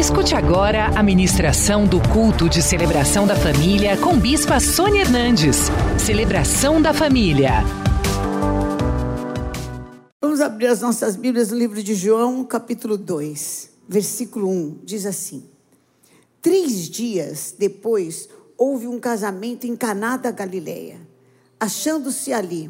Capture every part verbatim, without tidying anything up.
Escute agora a ministração do culto de celebração da família com Bispa Sônia Hernandes. Celebração da família. Vamos abrir as nossas Bíblias no livro de João, capítulo dois, versículo um. Diz assim: Três dias depois, houve um casamento em Caná da Galileia. Achando-se ali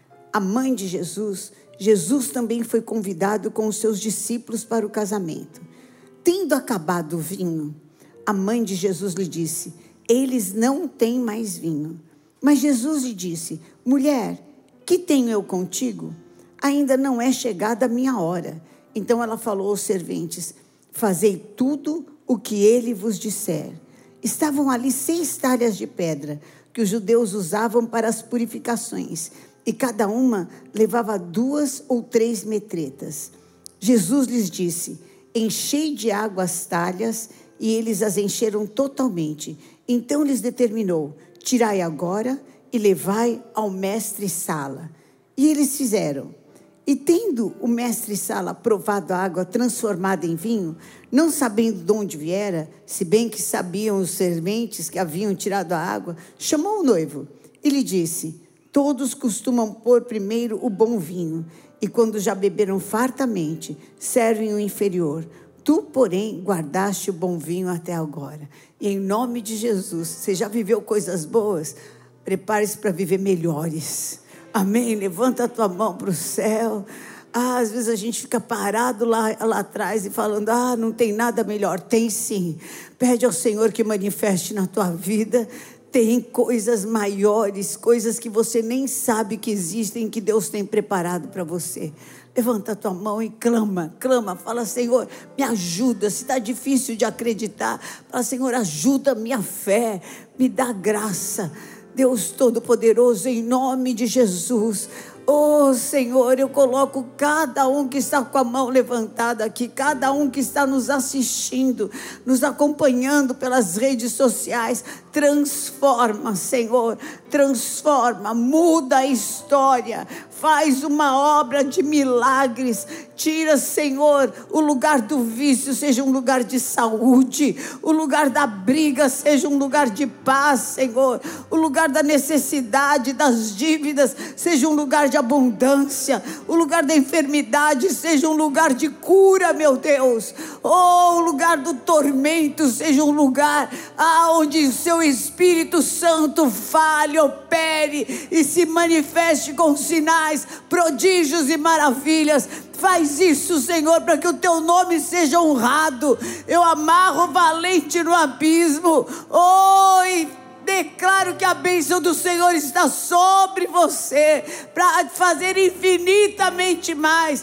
a mãe de Jesus, Jesus também foi convidado com os seus discípulos para o casamento. Tendo acabado o vinho, a mãe de Jesus lhe disse: eles não têm mais vinho. Mas Jesus lhe disse: mulher, que tenho eu contigo? Ainda não é chegada a minha hora. Então ela falou aos serventes: fazei tudo o que ele vos disser. Estavam ali seis talhas de pedra, que os judeus usavam para as purificações, e cada uma levava duas ou três metretas. Jesus lhes disse: enchei de água as talhas, e eles as encheram totalmente. Então lhes determinou: tirai agora e levai ao mestre-sala. E eles fizeram. E tendo o mestre-sala provado a água transformada em vinho, não sabendo de onde viera, se bem que sabiam os serventes que haviam tirado a água, chamou o noivo e lhe disse: todos costumam pôr primeiro o bom vinho, e quando já beberam fartamente, servem o inferior. Tu, porém, guardaste o bom vinho até agora. E em nome de Jesus, você já viveu coisas boas? Prepare-se para viver melhores. Amém? Levanta a tua mão para o céu. Ah, às vezes a gente fica parado lá, lá atrás e falando: ah, não tem nada melhor. Tem sim. Pede ao Senhor que manifeste na tua vida. Tem coisas maiores, coisas que você nem sabe que existem, que Deus tem preparado para você. Levanta a tua mão e clama, clama, fala: Senhor, me ajuda. Se está difícil de acreditar, fala: Senhor, ajuda a minha fé, me dá graça. Deus Todo-Poderoso, em nome de Jesus, oh Senhor, eu coloco cada um que está com a mão levantada aqui, cada um que está nos assistindo, nos acompanhando pelas redes sociais. Transforma, Senhor, transforma, muda a história, faz uma obra de milagres. Tira, Senhor, o lugar do vício seja um lugar de saúde, o lugar da briga seja um lugar de paz, Senhor, o lugar da necessidade, das dívidas seja um lugar de abundância, o lugar da enfermidade seja um lugar de cura, meu Deus. Oh, o lugar do tormento seja um lugar ah, onde o seu Espírito Santo fale, opere e se manifeste com sinais, prodígios e maravilhas. Faz isso, Senhor, para que o teu nome seja honrado. Eu amarro o valente no abismo. Oh, e declaro que a bênção do Senhor está sobre você, para fazer infinitamente mais,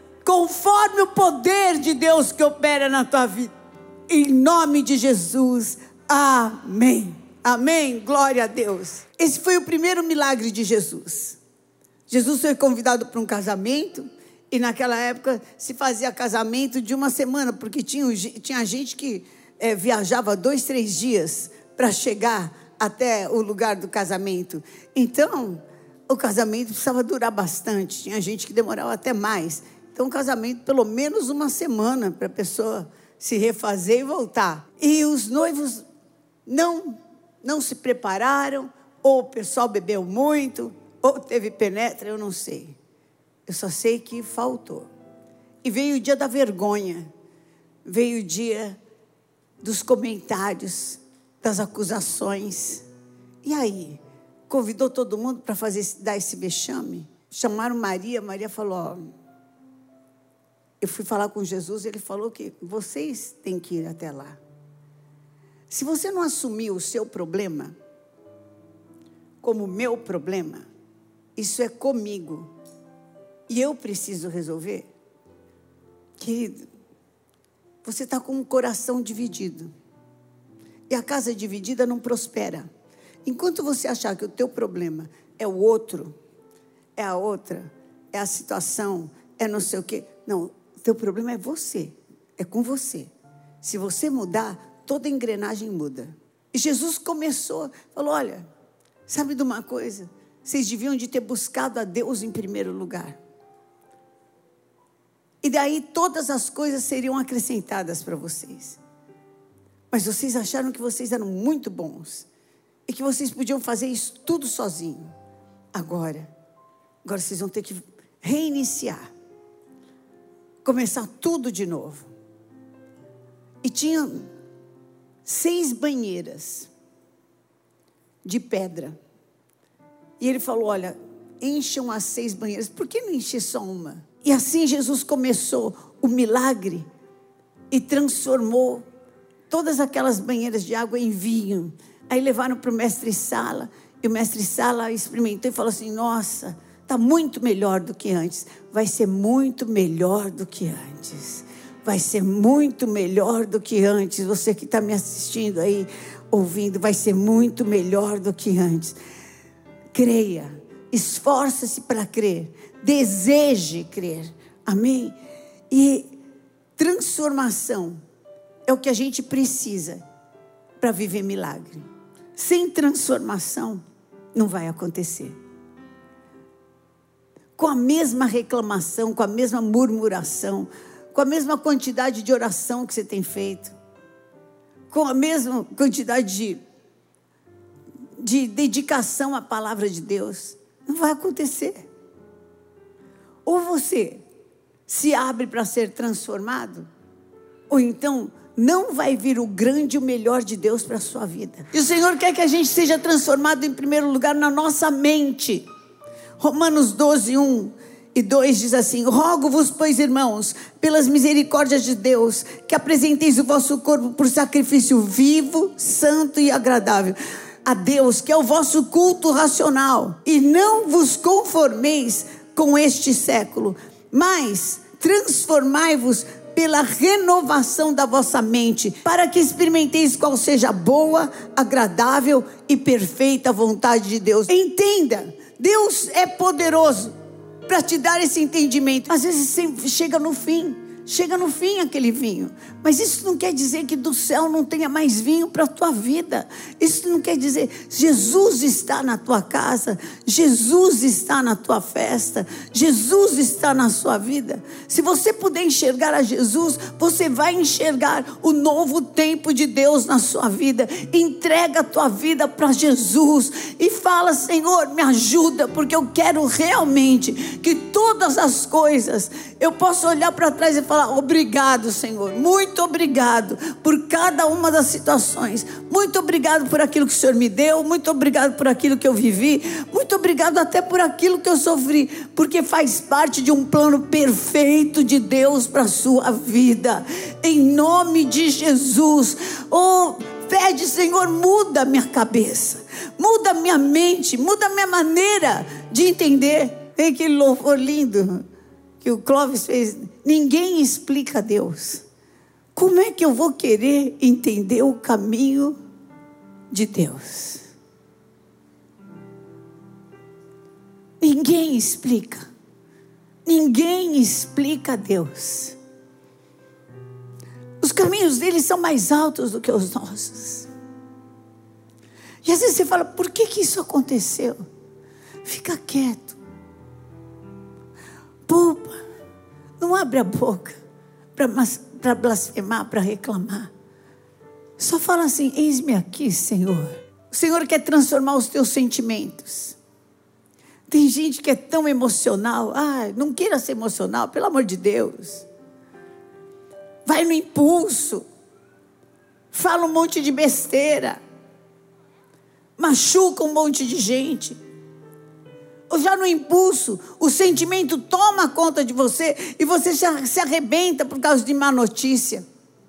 conforme o poder de Deus que opera na tua vida. Em nome de Jesus, amém. Amém, glória a Deus. Esse foi o primeiro milagre de Jesus. Jesus foi convidado para um casamento, e naquela época se fazia casamento de uma semana, porque tinha, tinha gente que é, viajava dois, três dias para chegar até o lugar do casamento. Então, o casamento precisava durar bastante. Tinha gente que demorava até mais. Então, o casamento, pelo menos uma semana, para a pessoa se refazer e voltar. E os noivos não, não se prepararam, ou o pessoal bebeu muito, ou teve penetra, eu não sei. Eu só sei que faltou. E veio o dia da vergonha. Veio o dia dos comentários, das acusações. E aí? Convidou todo mundo para fazer, dar esse vexame? Chamaram Maria. Maria falou: ó, eu fui falar com Jesus, ele falou que vocês têm que ir até lá. Se você não assumir o seu problema como meu problema, isso é comigo, e eu preciso resolver. Querido, você está com um coração dividido, e a casa dividida não prospera. Enquanto você achar que o teu problema é o outro, é a outra, é a situação, é não sei o quê, não, o teu problema é você, é com você. Se você mudar, toda a engrenagem muda. E Jesus começou, falou: olha, sabe de uma coisa? Vocês deviam de ter buscado a Deus em primeiro lugar. E daí todas as coisas seriam acrescentadas para vocês. Mas vocês acharam que vocês eram muito bons e que vocês podiam fazer isso tudo sozinho. Agora, agora vocês vão ter que reiniciar. Começar tudo de novo. E tinha seis banheiras de pedra. E ele falou, olha, encham as seis banheiras. Por que não encher só uma? E assim Jesus começou o milagre e transformou todas aquelas banheiras de água em vinho. Aí levaram para o mestre Sala. E o mestre Sala experimentou e falou assim, nossa, está muito melhor do que antes. Vai ser muito melhor do que antes. Vai ser muito melhor do que antes. Você que está me assistindo aí, ouvindo, vai ser muito melhor do que antes. Creia, esforça-se para crer, deseje crer, amém? E transformação é o que a gente precisa para viver milagre. Sem transformação, não vai acontecer. Com a mesma reclamação, com a mesma murmuração, com a mesma quantidade de oração que você tem feito, com a mesma quantidade de, de dedicação à palavra de Deus, não vai acontecer. Ou você se abre para ser transformado, ou então não vai vir o grande e o melhor de Deus para a sua vida. E o Senhor quer que a gente seja transformado em primeiro lugar na nossa mente. Romanos doze, um e dois diz assim, rogo-vos, pois, irmãos, pelas misericórdias de Deus, que apresenteis o vosso corpo por sacrifício vivo, santo e agradável a Deus, que é o vosso culto racional, e não vos conformeis com este século, mas transformai-vos pela renovação da vossa mente, para que experimenteis qual seja a boa, agradável e perfeita vontade de Deus. Entenda, Deus é poderoso para te dar esse entendimento. Às vezes você chega no fim, chega no fim aquele vinho, mas isso não quer dizer que do céu não tenha mais vinho para a tua vida. Isso não quer dizer, Jesus está na tua casa, Jesus está na tua festa, Jesus está na sua vida. Se você puder enxergar a Jesus, você vai enxergar o novo tempo de Deus na sua vida. Entrega a tua vida para Jesus e fala, Senhor, me ajuda, porque eu quero realmente que todas as coisas, eu possa olhar para trás e falar, obrigado, Senhor, muito obrigado por cada uma das situações, muito obrigado por aquilo que o Senhor me deu, muito obrigado por aquilo que eu vivi, muito obrigado até por aquilo que eu sofri, porque faz parte de um plano perfeito de Deus para a sua vida, em nome de Jesus. Oh, pede, Senhor, muda a minha cabeça, muda a minha mente, muda a minha maneira de entender. Tem aquele louvor lindo que o Clóvis fez, ninguém explica a Deus. Como é que eu vou querer entender o caminho de Deus? Ninguém explica. Ninguém explica a Deus. Os caminhos dele são mais altos do que os nossos. E às vezes você fala, por que que isso aconteceu? Fica quieto. Poupa. Não abre a boca para blasfemar, para reclamar. Só fala assim, eis-me aqui, Senhor. O Senhor quer transformar os teus sentimentos. Tem gente que é tão emocional. Ah, não queira ser emocional, pelo amor de Deus. Vai no impulso. Fala um monte de besteira. Machuca um monte de gente. Ou já no impulso, o sentimento toma conta de você e você já se arrebenta por causa de má notícia.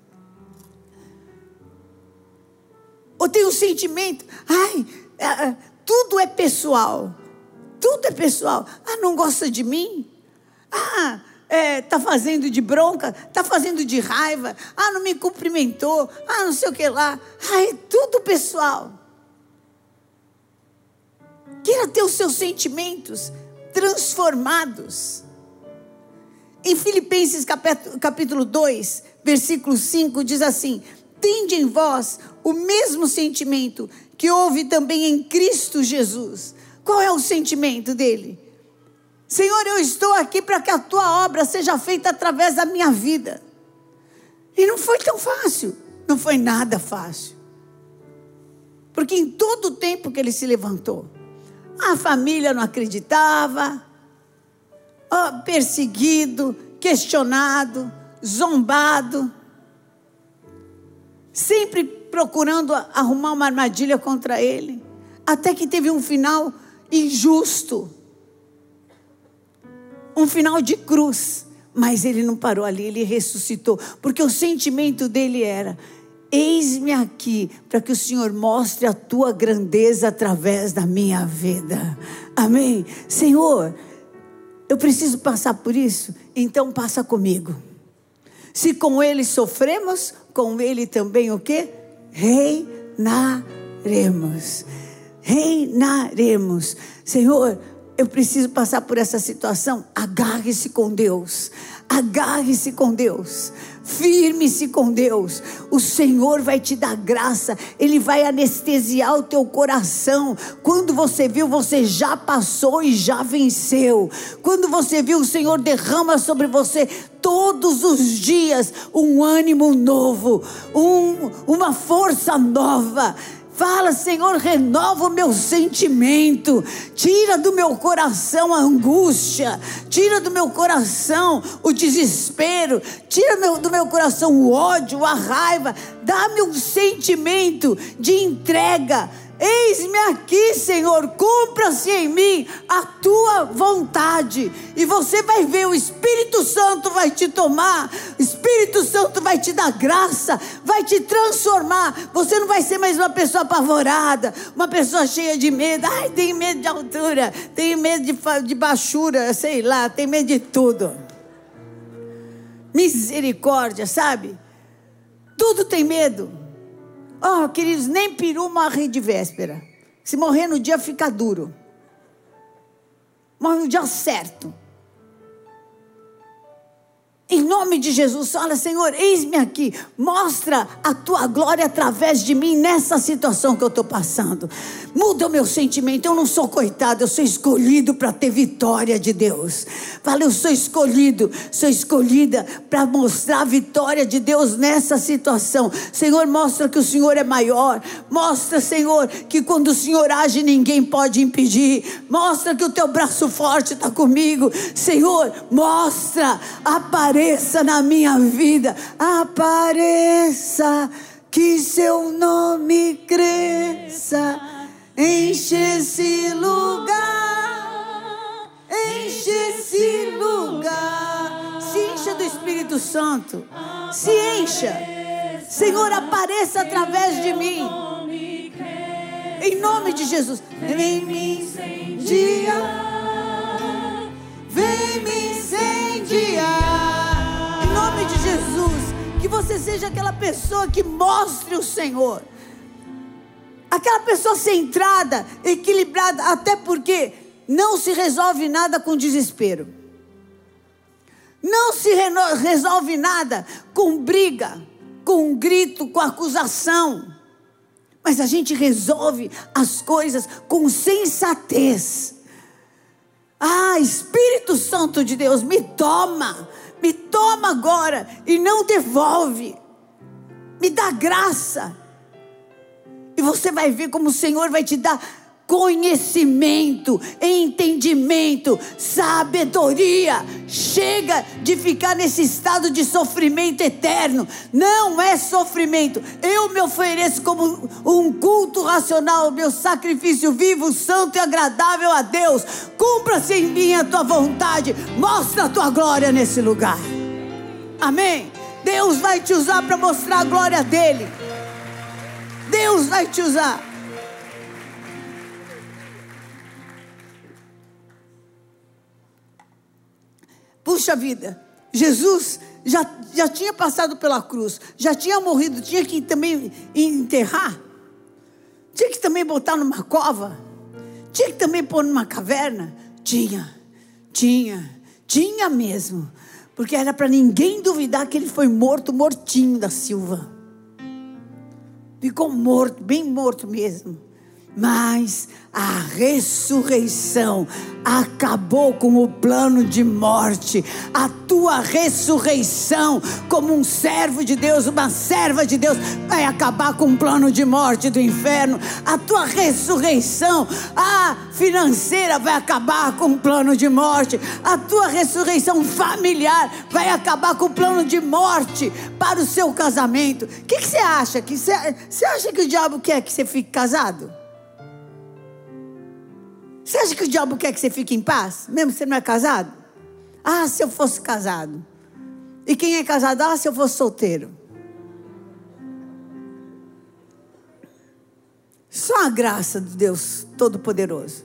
Ou tem um sentimento, ai, é, tudo é pessoal. Tudo é pessoal. Ah, não gosta de mim? Ah, é, tá fazendo de bronca? Tá fazendo de raiva? Ah, não me cumprimentou? Ah, não sei o que lá. Ah, é tudo pessoal. Queira ter os seus sentimentos transformados. Em Filipenses capítulo dois, versículo cinco, diz assim, tende em vós o mesmo sentimento que houve também em Cristo Jesus. Qual é o sentimento dele? Senhor, eu estou aqui para que a tua obra seja feita através da minha vida. E não foi tão fácil. Não foi nada fácil. Porque em todo o tempo que ele se levantou, a família não acreditava, oh, perseguido, questionado, zombado, sempre procurando arrumar uma armadilha contra ele, até que teve um final injusto, um final de cruz. Mas ele não parou ali, ele ressuscitou, porque o sentimento dele era: eis-me aqui, para que o Senhor mostre a tua grandeza através da minha vida. Amém? Senhor, eu preciso passar por isso, então passa comigo. Se com ele sofremos, com ele também o quê? Reinaremos. Reinaremos. Senhor, eu preciso passar por essa situação. Agarre-se com Deus. Agarre-se com Deus. Firme-se com Deus. O Senhor vai te dar graça. Ele vai anestesiar o teu coração. Quando você viu, você já passou e já venceu. Quando você viu, o Senhor derrama sobre você todos os dias um ânimo novo, um, uma força nova. Fala: Senhor, renova o meu sentimento, tira do meu coração a angústia, tira do meu coração o desespero, tira meu, do meu coração o ódio, a raiva, dá-me um sentimento de entrega. Eis-me aqui, Senhor, cumpra-se em mim a tua vontade. E você vai ver, o Espírito Santo vai te tomar, o Espírito Santo vai te dar graça, vai te transformar. Você não vai ser mais uma pessoa apavorada, uma pessoa cheia de medo. Ai, tenho medo de altura, tenho medo de, de baixura, sei lá, tenho medo de tudo. Misericórdia, sabe? Tudo tem medo. Oh, queridos, nem peru morre de véspera. Se morrer no dia, fica duro. Morre no dia certo. Em nome de Jesus, fala: Senhor, eis-me aqui, mostra a tua glória através de mim nessa situação que eu estou passando. Muda o meu sentimento. Eu não sou coitado, eu sou escolhido para ter vitória de Deus. Fala: eu sou escolhido, sou escolhida para mostrar a vitória de Deus nessa situação. Senhor, mostra que o Senhor é maior. Mostra, Senhor, que quando o Senhor age, ninguém pode impedir. Mostra que o teu braço forte está comigo. Senhor, mostra, apareça na minha vida, apareça, que seu nome cresça, enche esse lugar, enche esse lugar. Se encha do Espírito Santo, se encha. Senhor, apareça através de mim, em nome de Jesus. Vem me incendiar, vem me incendiar. Em nome de Jesus, que você seja aquela pessoa que mostre o Senhor, aquela pessoa centrada, equilibrada, até porque não se resolve nada com desespero, não se reno- resolve nada com briga, com grito, com acusação, mas a gente resolve as coisas com sensatez. Ah, Espírito Santo de Deus, me toma, me toma agora e não devolve, me dá graça, e você vai ver como o Senhor vai te dar conhecimento, entendimento, sabedoria. Chega de ficar nesse estado de sofrimento eterno. Não é sofrimento. Eu me ofereço como um culto racional, meu sacrifício vivo, santo e agradável a Deus. Cumpra-se em mim a tua vontade. Mostra a tua glória nesse lugar. Amém? Deus vai te usar para mostrar a glória dele. Deus vai te usar. Puxa vida, Jesus já, já tinha passado pela cruz, já tinha morrido, tinha que também enterrar, tinha que também botar numa cova, tinha que também pôr numa caverna. Tinha, tinha, tinha mesmo, porque era para ninguém duvidar que ele foi morto, mortinho da Silva. Ficou morto, bem morto mesmo. Mas a ressurreição acabou com o plano de morte. A tua ressurreição, como um servo de Deus, uma serva de Deus, vai acabar com o plano de morte do inferno. A tua ressurreição, a financeira, vai acabar com o plano de morte. A tua ressurreição familiar vai acabar com o plano de morte para o seu casamento. O que, que você acha? Que você, você acha que o diabo quer que você fique casado? Você acha que o diabo quer que você fique em paz? Mesmo que você não é casado? Ah, se eu fosse casado. E quem é casado? Ah, se eu fosse solteiro. Só a graça de Deus Todo-Poderoso.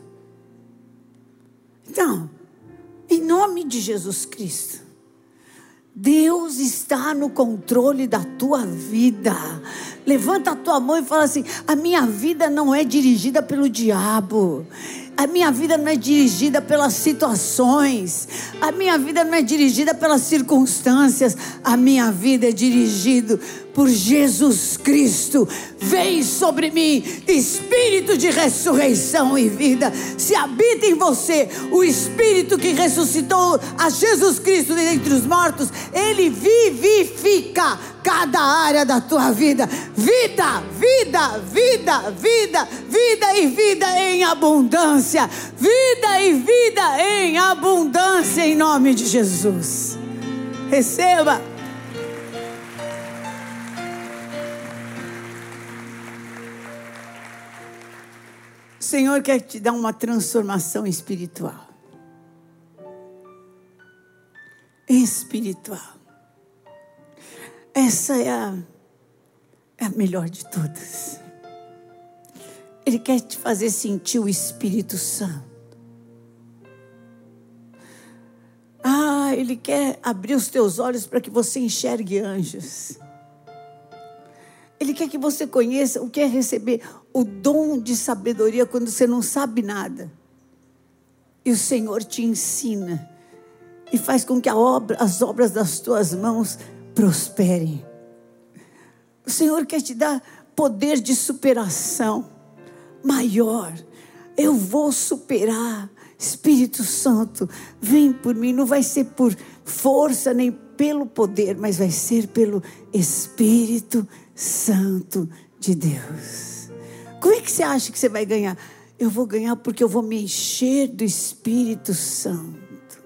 Então, em nome de Jesus Cristo, Deus está no controle da tua vida. Levanta a tua mão e fala assim: a minha vida não é dirigida pelo diabo. A minha vida não é dirigida pelas situações. A minha vida não é dirigida pelas circunstâncias. A minha vida é dirigida por Jesus Cristo. Vem sobre mim Espírito de ressurreição e vida. Se habita em você o Espírito que ressuscitou a Jesus Cristo dentre os mortos, Ele vivifica cada área da tua vida. Vida, vida, vida, vida, vida e vida em abundância. Vida e vida em abundância, em nome de Jesus. Receba. O Senhor quer te dar uma transformação espiritual. Espiritual. Essa é a, é a melhor de todas. Ele quer te fazer sentir o Espírito Santo. Ah, Ele quer abrir os teus olhos para que você enxergue anjos. Ele quer que você conheça o que é receber o dom de sabedoria quando você não sabe nada. E o Senhor te ensina e faz com que a obra, as obras das tuas mãos prosperem. O Senhor quer te dar poder de superação maior. Eu vou superar. Espírito Santo, vem por mim. Não vai ser por força nem pelo poder, mas vai ser pelo Espírito Santo de Deus. Como é que você acha que você vai ganhar? Eu vou ganhar porque eu vou me encher do Espírito Santo.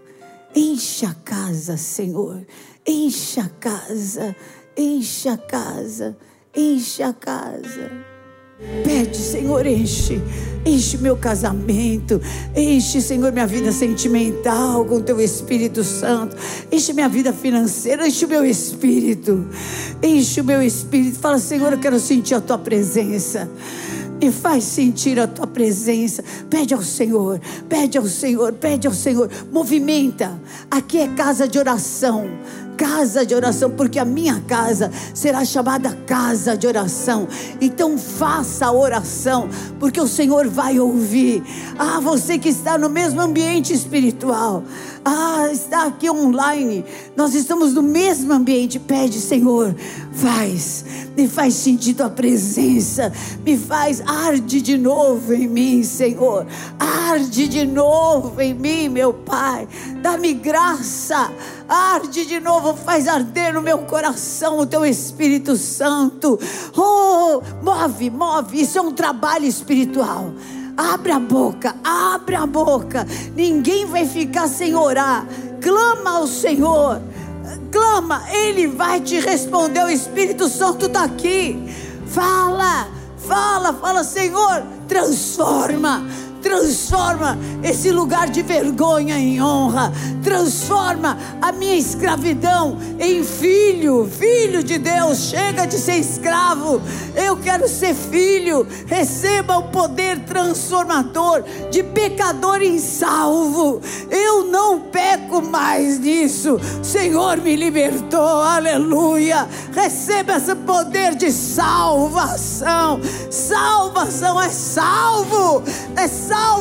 Enche a casa, Senhor. Enche a casa. Enche a casa. Enche a casa. Pede, Senhor, enche, enche meu casamento, enche, Senhor, minha vida sentimental com teu Espírito Santo, enche minha vida financeira, enche o meu espírito, enche o meu espírito. Fala: Senhor, eu quero sentir a tua presença. E faz sentir a tua presença. Pede ao Senhor, pede ao Senhor, pede ao Senhor. Movimenta. Aqui é casa de oração. Casa de oração, porque a minha casa será chamada casa de oração. Então faça a oração, porque o Senhor vai ouvir. Ah, você que está no mesmo ambiente espiritual, ah, está aqui online, nós estamos no mesmo ambiente. Pede: Senhor, faz, me faz sentir tua presença, me faz, arde de novo em mim, Senhor, arde de novo em mim, meu Pai, dá-me graça, arde de novo, faz arder no meu coração o teu Espírito Santo. Oh, move, move, isso é um trabalho espiritual. Abre a boca, abre a boca, ninguém vai ficar sem orar. Clama ao Senhor, clama, Ele vai te responder. O Espírito Santo está aqui. Fala, fala, fala: Senhor, transforma, transforma esse lugar de vergonha em honra, transforma a minha escravidão em filho, filho de Deus. Chega de ser escravo, eu quero ser filho. Receba o poder transformador de pecador em salvo. Eu não peco mais nisso, Senhor me libertou, aleluia. Receba esse poder de salvação. Salvação, é salvo, é salvo do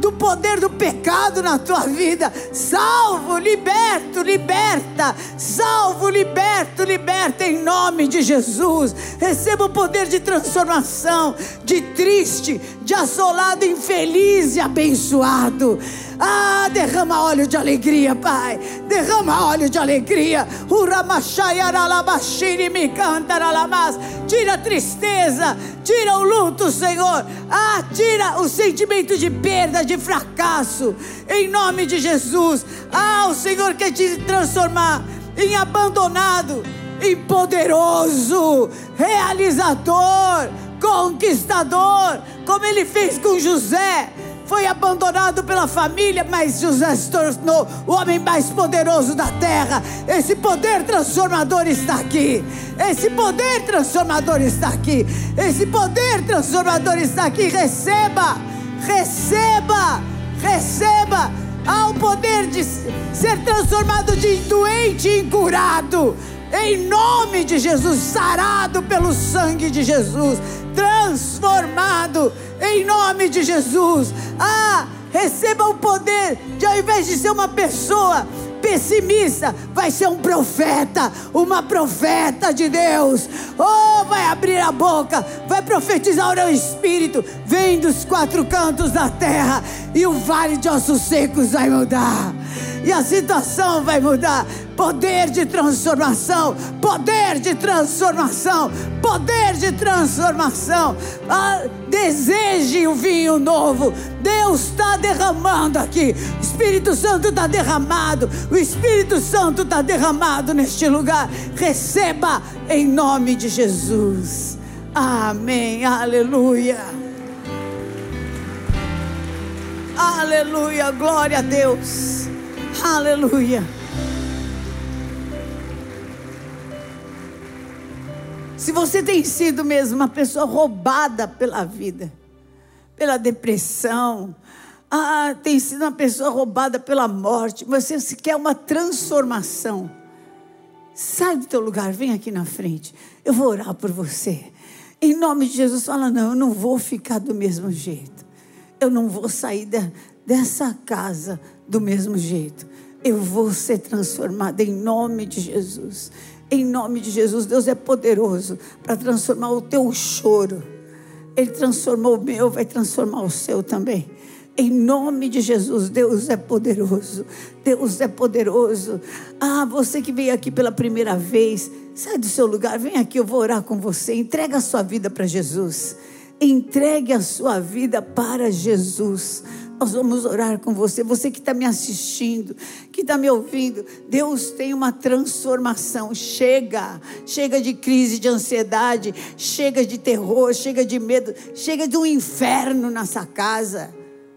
do poder do pecado na tua vida. Salvo, liberto, liberta. Salvo, liberto, liberta em nome de Jesus. Receba o poder de transformação, de triste, de assolado, infeliz e abençoado. Ah, derrama óleo de alegria, Pai. Derrama óleo de alegria. Tira a tristeza, tira o luto, Senhor. Ah, tira o sentimento de perda, de fracasso, em nome de Jesus. Ah, o Senhor quer te transformar em abandonado, em poderoso, realizador, conquistador, como Ele fez com José. Foi abandonado pela família, mas José se tornou o homem mais poderoso da terra. Esse poder transformador está aqui. Esse poder transformador está aqui. Esse poder transformador está aqui. Receba, receba, receba. Há o poder de ser transformado de doente em curado. Em nome de Jesus, sarado pelo sangue de Jesus, transformado em nome de Jesus. Ah, receba o poder de, ao invés de ser uma pessoa pessimista, vai ser um profeta, uma profeta de Deus. Oh, vai abrir a boca, vai profetizar o Espírito, vem dos quatro cantos da terra, e o vale de ossos secos vai mudar, e a situação vai mudar. Poder de transformação, poder de transformação, poder de transformação. Ah, deseje o vinho novo. Deus está derramando aqui. O Espírito Santo está derramado. O Espírito Santo está derramado neste lugar. Receba em nome de Jesus. Amém. Aleluia. Aleluia. Glória a Deus. Aleluia. Se você tem sido mesmo uma pessoa roubada pela vida, pela depressão, ah, tem sido uma pessoa roubada pela morte, você se quer uma transformação, sai do teu lugar, vem aqui na frente, eu vou orar por você. Em nome de Jesus, fala: não, eu não vou ficar do mesmo jeito, eu não vou sair de, dessa casa do mesmo jeito, eu vou ser transformada em nome de Jesus. Em nome de Jesus. Deus é poderoso para transformar o teu choro. Ele transformou o meu, vai transformar o seu também. Em nome de Jesus, Deus é poderoso. Deus é poderoso. Ah, você que veio aqui pela primeira vez, sai do seu lugar, vem aqui, eu vou orar com você. Entrega a sua vida para Jesus. Entregue a sua vida para Jesus. Nós vamos orar com você. Você que está me assistindo, que está me ouvindo, Deus tem uma transformação. Chega, chega de crise, de ansiedade, chega de terror, chega de medo, chega de um inferno nessa casa.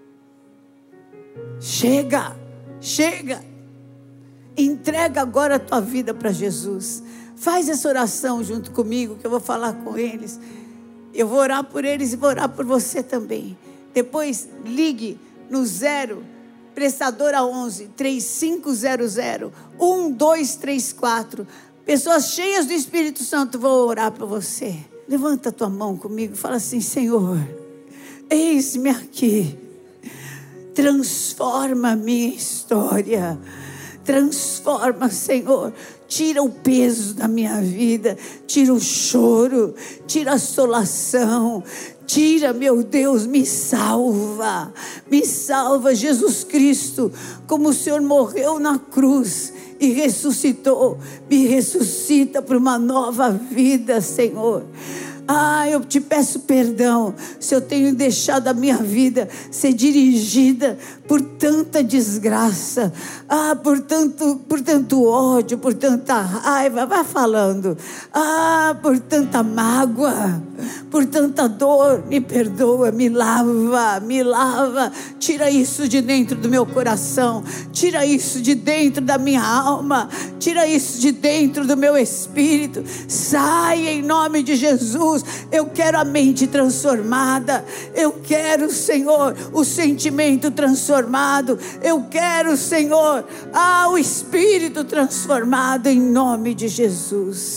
Chega, chega. Entrega agora a tua vida para Jesus. Faz essa oração junto comigo, que eu vou falar com eles. Eu vou orar por eles e vou orar por você também. Depois ligue no zero, prestadora onze, três cinco zero zero, um dois três quatro. Pessoas cheias do Espírito Santo vão orar por você. Levanta a tua mão comigo e fala assim: Senhor, eis-me aqui. Transforma a minha história. Transforma, Senhor. Tira o peso da minha vida. Tira o choro. Tira a assolação. Tira, meu Deus, me salva. Me salva, Jesus Cristo. Como o Senhor morreu na cruz e ressuscitou, me ressuscita para uma nova vida, Senhor. Ah, eu te peço perdão se eu tenho deixado a minha vida ser dirigida por tanta desgraça, ah, por tanto, por tanto ódio, por tanta raiva, vai falando, ah, por tanta mágoa, por tanta dor. Me perdoa, me lava, me lava, tira isso de dentro do meu coração, tira isso de dentro da minha alma, tira isso de dentro do meu espírito, sai em nome de Jesus. Eu quero a mente transformada, eu quero, Senhor, o sentimento transformado, eu quero, Senhor, ah, o espírito transformado em nome de Jesus.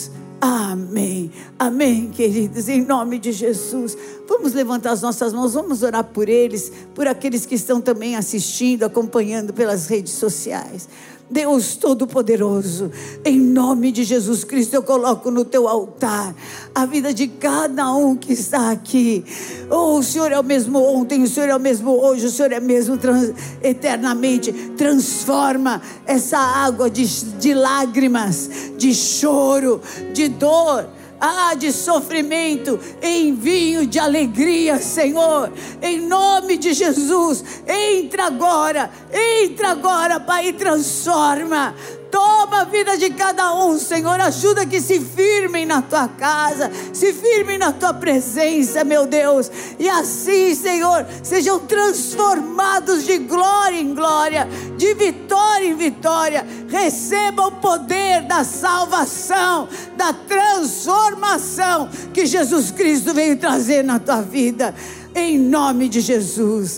Amém. Amém, queridos, em nome de Jesus. Vamos levantar as nossas mãos, vamos orar por eles, por aqueles que estão também assistindo, acompanhando pelas redes sociais. Deus Todo-Poderoso, em nome de Jesus Cristo, eu coloco no teu altar a vida de cada um que está aqui. Oh, o Senhor é o mesmo ontem, o Senhor é o mesmo hoje, o Senhor é o mesmo trans, eternamente. Transforma essa água de, de lágrimas, de choro, de dor, ah, de sofrimento, em vinho de alegria, Senhor, em nome de Jesus. Entra agora, entra agora, Pai, e transforma. Toma a vida de cada um, Senhor. Ajuda que se firmem na tua casa, se firmem na tua presença, meu Deus. E assim, Senhor, sejam transformados de glória em glória, de vitória em vitória. Receba o poder da salvação, da transformação que Jesus Cristo veio trazer na tua vida. Em nome de Jesus.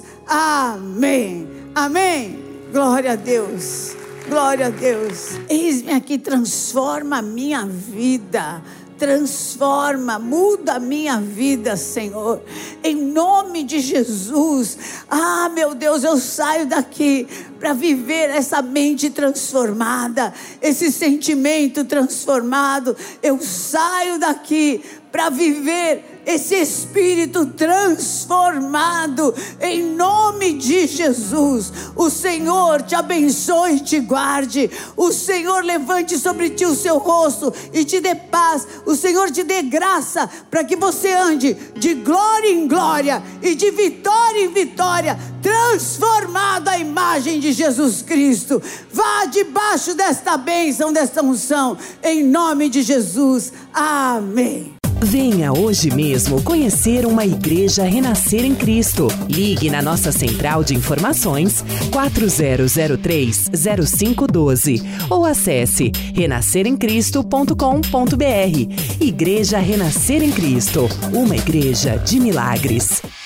Amém. Amém. Glória a Deus. Glória a Deus. Eis-me aqui, transforma a minha vida. Transforma, muda a minha vida, Senhor, em nome de Jesus. Ah, meu Deus, eu saio daqui para viver essa mente transformada, esse sentimento transformado. Eu saio daqui para viver esse espírito transformado, em nome de Jesus. O Senhor te abençoe e te guarde. O Senhor levante sobre ti o seu rosto e te dê paz. O Senhor te dê graça para que você ande de glória em glória e de vitória em vitória, transformado à imagem de Jesus Cristo. Vá debaixo desta bênção, desta unção, em nome de Jesus. Amém. Venha hoje mesmo conhecer uma igreja Renascer em Cristo. Ligue na nossa central de informações quatro zero zero três, zero cinco um dois ou acesse renascer em cristo ponto com ponto br. Igreja Renascer em Cristo, uma igreja de milagres.